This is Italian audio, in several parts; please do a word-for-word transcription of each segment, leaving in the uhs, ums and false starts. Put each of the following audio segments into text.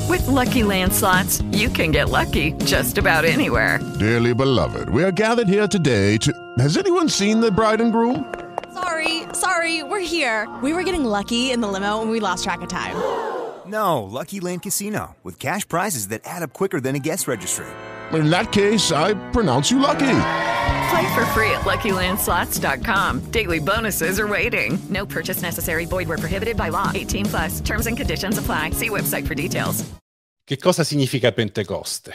With Lucky Land Slots, you can get lucky just about anywhere. Dearly beloved, we are gathered here today to... Has anyone seen the bride and groom? Sorry, sorry, we're here. We were getting lucky in the limo and we lost track of time. No, Lucky Land Casino, with cash prizes that add up quicker than a guest registry. In that case, I pronounce you lucky. Play for free at Lucky Land Slots dot com. Daily bonuses are waiting. No purchase necessary. Void where prohibited by law. eighteen plus. Terms and conditions apply. See website for details. Che cosa significa Pentecoste?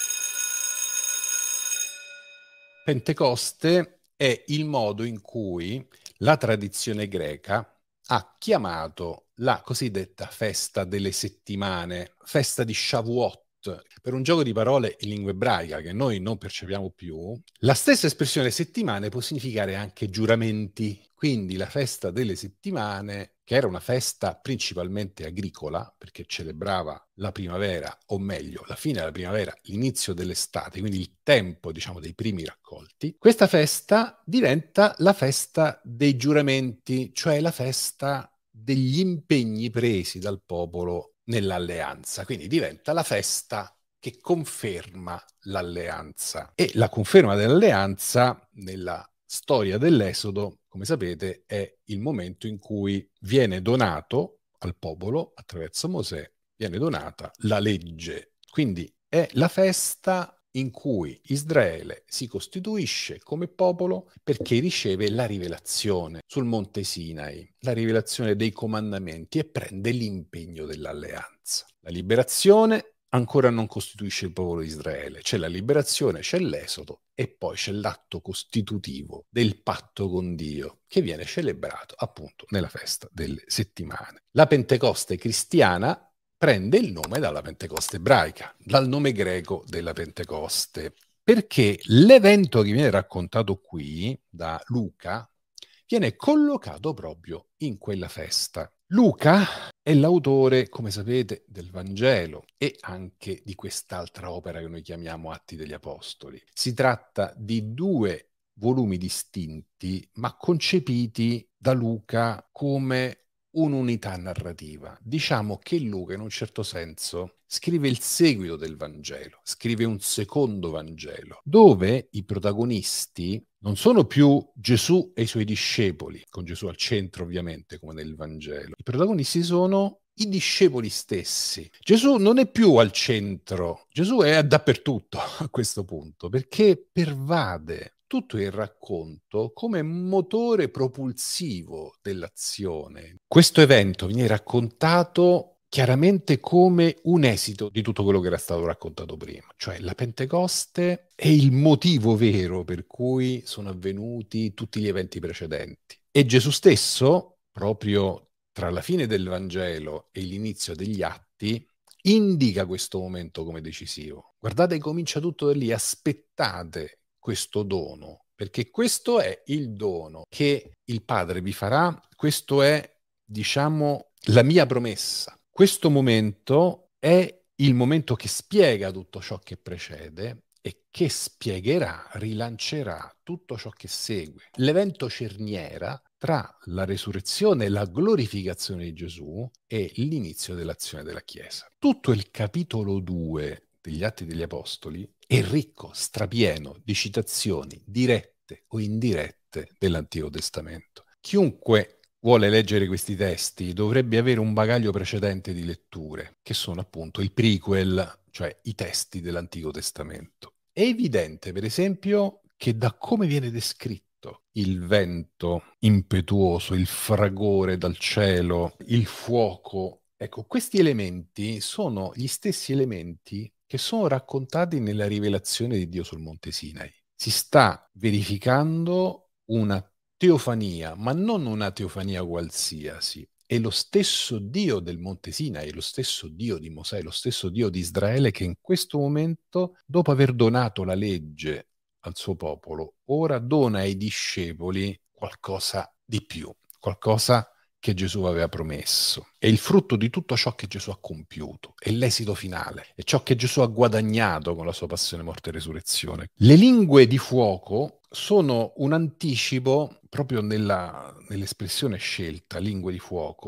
Pentecoste è il modo in cui la tradizione greca ha chiamato la cosiddetta festa delle settimane, festa di Shavuot. Per un gioco di parole in lingua ebraica che noi non percepiamo più, la stessa espressione settimane può significare anche giuramenti. Quindi la festa delle settimane, che era una festa principalmente agricola, perché celebrava la primavera, o meglio, la fine della primavera, l'inizio dell'estate, quindi il tempo, diciamo, dei primi raccolti, questa festa diventa la festa dei giuramenti, cioè la festa degli impegni presi dal popolo nell'alleanza. Quindi diventa la festa che conferma l'alleanza. E la conferma dell'alleanza nella storia dell'Esodo, come sapete, è il momento in cui viene donato al popolo, attraverso Mosè, viene donata la legge. Quindi è la festa in cui Israele si costituisce come popolo perché riceve la rivelazione sul monte Sinai, la rivelazione dei comandamenti e prende l'impegno dell'alleanza. La liberazione ancora non costituisce il popolo di Israele, c'è la liberazione, c'è l'Esodo e poi c'è l'atto costitutivo del patto con Dio che viene celebrato appunto nella festa delle settimane. La Pentecoste cristiana prende il nome dalla Pentecoste ebraica, dal nome greco della Pentecoste, perché l'evento che viene raccontato qui da Luca viene collocato proprio in quella festa. Luca è l'autore, come sapete, del Vangelo e anche di quest'altra opera che noi chiamiamo Atti degli Apostoli. Si tratta di due volumi distinti, ma concepiti da Luca come un'unità narrativa. Diciamo che Luca, in un certo senso, scrive il seguito del Vangelo, scrive un secondo Vangelo, dove i protagonisti non sono più Gesù e i suoi discepoli, con Gesù al centro ovviamente, come nel Vangelo. I protagonisti sono i discepoli stessi. Gesù non è più al centro, Gesù è dappertutto a questo punto, perché pervade tutto il racconto come motore propulsivo dell'azione. Questo evento viene raccontato chiaramente come un esito di tutto quello che era stato raccontato prima, cioè la Pentecoste è il motivo vero per cui sono avvenuti tutti gli eventi precedenti. E Gesù stesso, proprio tra la fine del Vangelo e l'inizio degli Atti, indica questo momento come decisivo. Guardate, comincia tutto da lì, aspettate questo dono, perché questo è il dono che il Padre vi farà, questo è, diciamo, la mia promessa. Questo momento è il momento che spiega tutto ciò che precede e che spiegherà, rilancerà tutto ciò che segue. L'evento cerniera tra la resurrezione e la glorificazione di Gesù e l'inizio dell'azione della Chiesa. Tutto il capitolo due degli Atti degli Apostoli è ricco, strapieno di citazioni dirette o indirette dell'Antico Testamento. Chiunque vuole leggere questi testi dovrebbe avere un bagaglio precedente di letture, che sono appunto il prequel, cioè i testi dell'Antico Testamento. È evidente, per esempio, che da come viene descritto il vento impetuoso, il fragore dal cielo, il fuoco, ecco, questi elementi sono gli stessi elementi che sono raccontati nella rivelazione di Dio sul Monte Sinai. Si sta verificando una teofania, ma non una teofania qualsiasi. È lo stesso Dio del Monte Sinai, è lo stesso Dio di Mosè, è lo stesso Dio di Israele che in questo momento, dopo aver donato la legge al suo popolo, ora dona ai discepoli qualcosa di più, qualcosa che Gesù aveva promesso. È il frutto di tutto ciò che Gesù ha compiuto, è l'esito finale, è ciò che Gesù ha guadagnato con la sua passione, morte e resurrezione. Le lingue di fuoco sono un anticipo, proprio nella, nell'espressione scelta, lingue di fuoco,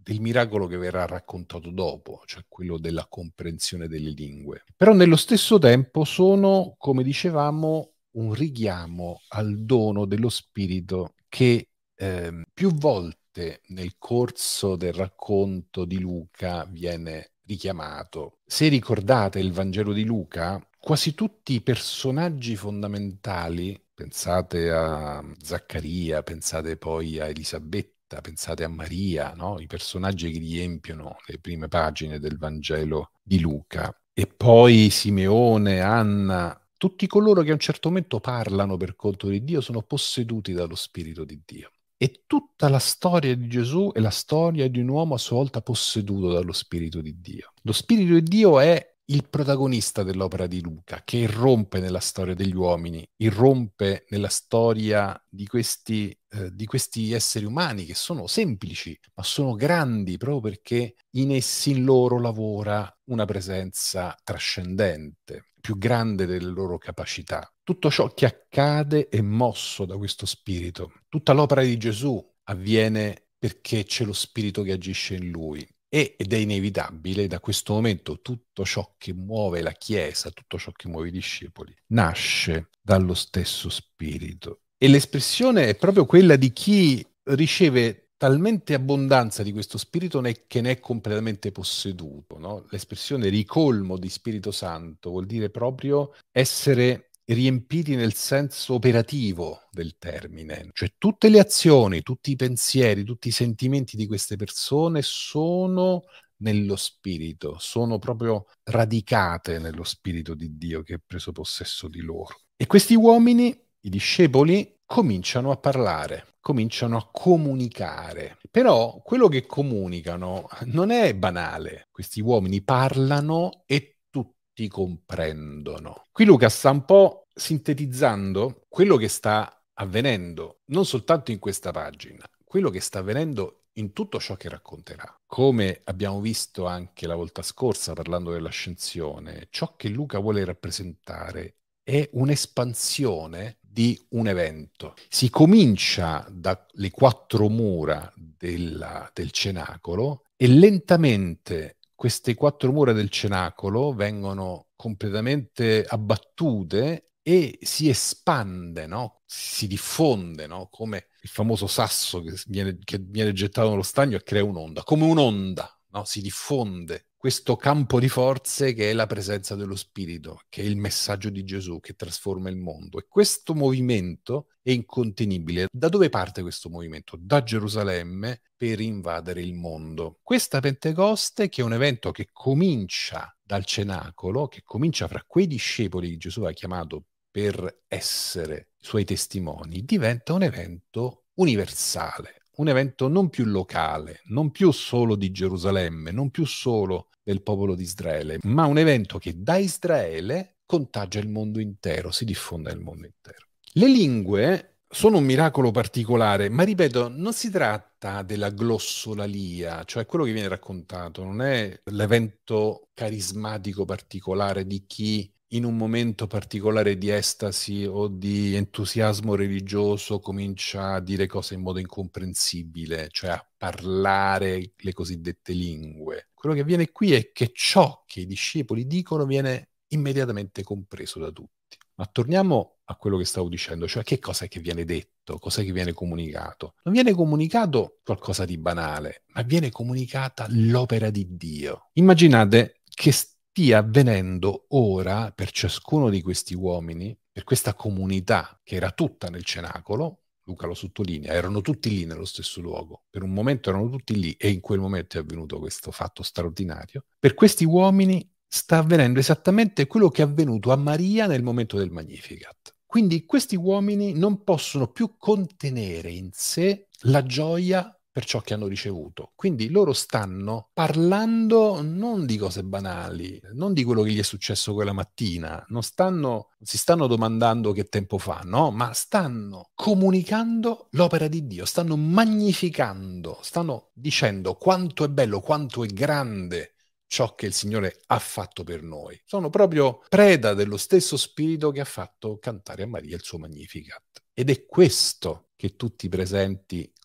del miracolo che verrà raccontato dopo, cioè quello della comprensione delle lingue. Però nello stesso tempo sono, come dicevamo, un richiamo al dono dello Spirito che eh, più volte nel corso del racconto di Luca viene richiamato. Se ricordate il Vangelo di Luca, quasi tutti i personaggi fondamentali, pensate a Zaccaria, pensate poi a Elisabetta, pensate a Maria, no? I personaggi che riempiono le prime pagine del Vangelo di Luca, e poi Simeone, Anna, tutti coloro che a un certo momento parlano per conto di Dio sono posseduti dallo Spirito di Dio. E tutta la storia di Gesù è la storia di un uomo a sua volta posseduto dallo Spirito di Dio. Lo Spirito di Dio è il protagonista dell'opera di Luca, che irrompe nella storia degli uomini, irrompe nella storia di questi, eh, di questi esseri umani che sono semplici, ma sono grandi proprio perché in essi in loro lavora una presenza trascendente, più grande delle loro capacità. Tutto ciò che accade è mosso da questo spirito. Tutta l'opera di Gesù avviene perché c'è lo spirito che agisce in lui. E, ed è inevitabile, da questo momento tutto ciò che muove la Chiesa, tutto ciò che muove i discepoli, nasce dallo stesso spirito. E l'espressione è proprio quella di chi riceve talmente abbondanza di questo spirito ne- che ne è completamente posseduto, no? L'espressione ricolmo di Spirito Santo vuol dire proprio essere riempiti nel senso operativo del termine, cioè tutte le azioni, tutti i pensieri, tutti i sentimenti di queste persone sono nello spirito, sono proprio radicate nello spirito di Dio che ha preso possesso di loro. E questi uomini, i discepoli, cominciano a parlare, cominciano a comunicare. Però quello che comunicano non è banale. Questi uomini parlano e tutti comprendono. Qui Luca sta un po' sintetizzando quello che sta avvenendo, non soltanto in questa pagina, quello che sta avvenendo in tutto ciò che racconterà. Come abbiamo visto anche la volta scorsa parlando dell'ascensione, ciò che Luca vuole rappresentare è un'espansione di un evento. Si comincia dalle quattro mura della, del cenacolo e lentamente queste quattro mura del cenacolo vengono completamente abbattute e si espande, no? Si diffonde, no? Come il famoso sasso che viene, che viene gettato nello stagno e crea un'onda, come un'onda, no? Si diffonde questo campo di forze che è la presenza dello Spirito, che è il messaggio di Gesù che trasforma il mondo. E questo movimento è incontenibile. Da dove parte questo movimento? Da Gerusalemme per invadere il mondo. Questa Pentecoste, che è un evento che comincia dal cenacolo, che comincia fra quei discepoli che Gesù ha chiamato per essere suoi testimoni, diventa un evento universale. Un evento non più locale, non più solo di Gerusalemme, non più solo del popolo di Israele, ma un evento che da Israele contagia il mondo intero, si diffonde nel mondo intero. Le lingue sono un miracolo particolare, ma ripeto, non si tratta della glossolalia, cioè quello che viene raccontato, non è l'evento carismatico particolare di chi in un momento particolare di estasi o di entusiasmo religioso comincia a dire cose in modo incomprensibile, cioè a parlare le cosiddette lingue. Quello che avviene qui è che ciò che i discepoli dicono viene immediatamente compreso da tutti. Ma torniamo a quello che stavo dicendo, cioè che cosa è che viene detto, cosa è che viene comunicato. Non viene comunicato qualcosa di banale, ma viene comunicata l'opera di Dio. Immaginate che stia avvenendo ora per ciascuno di questi uomini, per questa comunità che era tutta nel cenacolo. Luca lo sottolinea, erano tutti lì nello stesso luogo, per un momento erano tutti lì e in quel momento è avvenuto questo fatto straordinario. Per questi uomini sta avvenendo esattamente quello che è avvenuto a Maria nel momento del Magnificat. Quindi questi uomini non possono più contenere in sé la gioia per ciò che hanno ricevuto. Quindi loro stanno parlando non di cose banali, non di quello che gli è successo quella mattina, non stanno, si stanno domandando che tempo fa, no? Ma stanno comunicando l'opera di Dio, stanno magnificando, stanno dicendo quanto è bello, quanto è grande ciò che il Signore ha fatto per noi. Sono proprio preda dello stesso spirito che ha fatto cantare a Maria il suo Magnificat. Ed è questo che tutti i presenti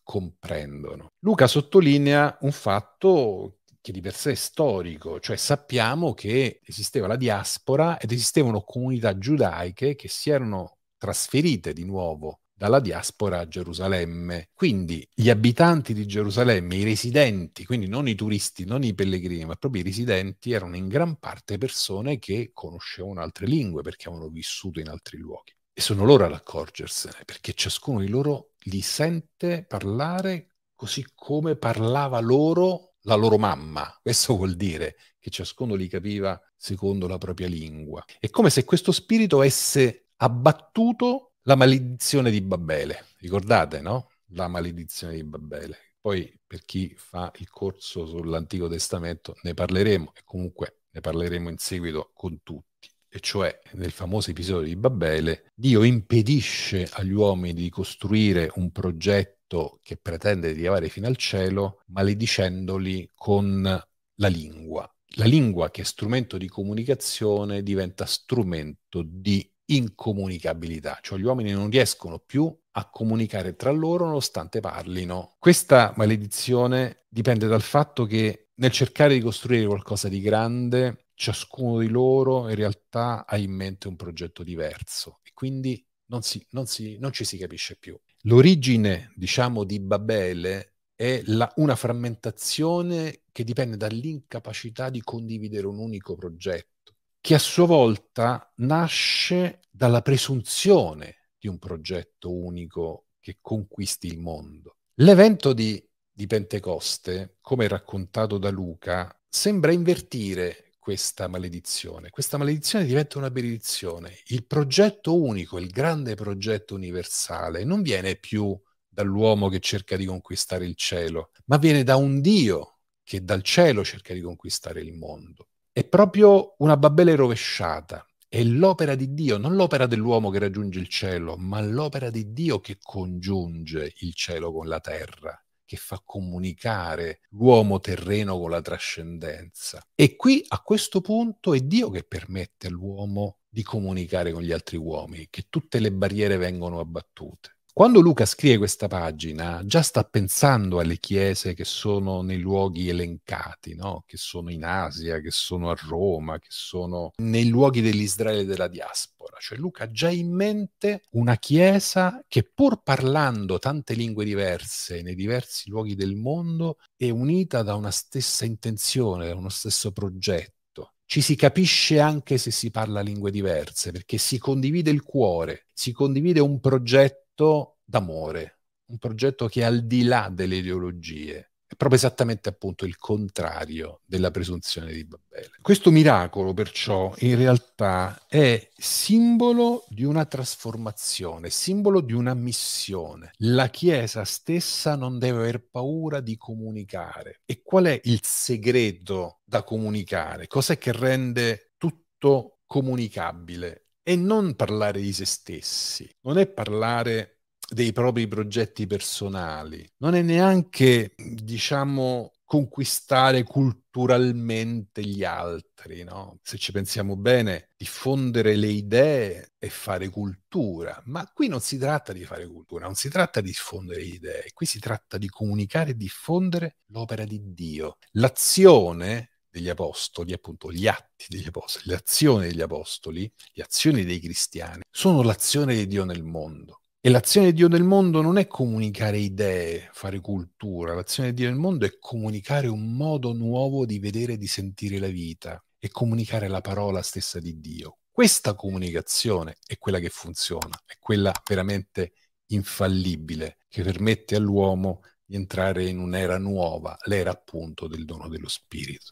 comprendono. Luca sottolinea un fatto che di per sé è storico, cioè sappiamo che esisteva la diaspora ed esistevano comunità giudaiche che si erano trasferite di nuovo dalla diaspora a Gerusalemme. Quindi gli abitanti di Gerusalemme, i residenti, quindi non i turisti, non i pellegrini, ma proprio i residenti, erano in gran parte persone che conoscevano altre lingue perché avevano vissuto in altri luoghi. E sono loro ad accorgersene, perché ciascuno di loro li sente parlare così come parlava loro la loro mamma. Questo vuol dire che ciascuno li capiva secondo la propria lingua. È come se questo spirito avesse abbattuto la maledizione di Babele. Ricordate, no? La maledizione di Babele. Poi, per chi fa il corso sull'Antico Testamento, ne parleremo, e comunque ne parleremo in seguito con tutti. E cioè, nel famoso episodio di Babele, Dio impedisce agli uomini di costruire un progetto che pretende di arrivare fino al cielo, maledicendoli con la lingua. La lingua, che è strumento di comunicazione, diventa strumento di incomunicabilità, cioè gli uomini non riescono più a comunicare tra loro nonostante parlino. Questa maledizione dipende dal fatto che nel cercare di costruire qualcosa di grande, ciascuno di loro in realtà ha in mente un progetto diverso e quindi non, si, non, si, non ci si capisce più. L'origine, diciamo, di Babele è la, una frammentazione che dipende dall'incapacità di condividere un unico progetto, che a sua volta nasce dalla presunzione di un progetto unico che conquisti il mondo. L'evento di, di Pentecoste, come raccontato da Luca, sembra invertire questa maledizione. Questa maledizione diventa una benedizione. Il progetto unico, il grande progetto universale, non viene più dall'uomo che cerca di conquistare il cielo, ma viene da un Dio che dal cielo cerca di conquistare il mondo. È proprio una Babele rovesciata, è l'opera di Dio, non l'opera dell'uomo che raggiunge il cielo, ma l'opera di Dio che congiunge il cielo con la terra, che fa comunicare l'uomo terreno con la trascendenza. E qui, a questo punto, è Dio che permette all'uomo di comunicare con gli altri uomini, che tutte le barriere vengono abbattute. Quando Luca scrive questa pagina, già sta pensando alle chiese che sono nei luoghi elencati, no? Che sono in Asia, che sono a Roma, che sono nei luoghi dell'Israele della diaspora. Cioè Luca ha già in mente una chiesa che, pur parlando tante lingue diverse nei diversi luoghi del mondo, è unita da una stessa intenzione, da uno stesso progetto. Ci si capisce anche se si parla lingue diverse, perché si condivide il cuore, si condivide un progetto d'amore, un progetto che è al di là delle ideologie. È proprio esattamente appunto il contrario della presunzione di Babele. Questo miracolo, perciò, in realtà è simbolo di una trasformazione, simbolo di una missione. La Chiesa stessa non deve aver paura di comunicare. E qual è il segreto da comunicare? Cos'è che rende tutto comunicabile? E non parlare di se stessi, non è parlare dei propri progetti personali, non è neanche, diciamo, conquistare culturalmente gli altri, no? Se ci pensiamo bene, diffondere le idee e fare cultura, ma qui non si tratta di fare cultura, non si tratta di diffondere idee, qui si tratta di comunicare e diffondere l'opera di Dio. L'azione degli apostoli, appunto gli atti degli apostoli, le azioni degli apostoli, le azioni dei cristiani, sono l'azione di Dio nel mondo. E l'azione di Dio nel mondo non è comunicare idee, fare cultura. L'azione di Dio nel mondo è comunicare un modo nuovo di vedere e di sentire la vita e comunicare la parola stessa di Dio. Questa comunicazione è quella che funziona, è quella veramente infallibile, che permette all'uomo di entrare in un'era nuova, l'era appunto del dono dello Spirito.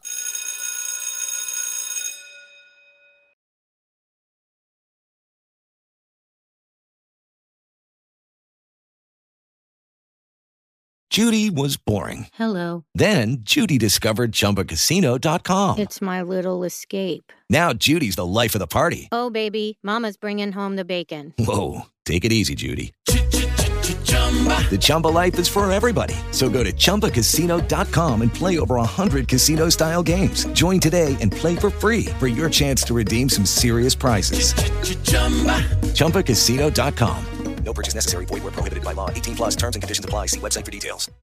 Judy was boring. Hello. Then Judy discovered Chumba Casino dot com. It's my little escape. Now Judy's the life of the party. Oh, baby, mama's bringing home the bacon. Whoa, take it easy, Judy. The Chumba life is for everybody. So go to Chumba Casino dot com and play over one hundred casino-style games. Join today and play for free for your chance to redeem some serious prizes. Chumba Casino dot com. No purchase necessary. Void where prohibited by law. eighteen plus terms and conditions apply. See website for details.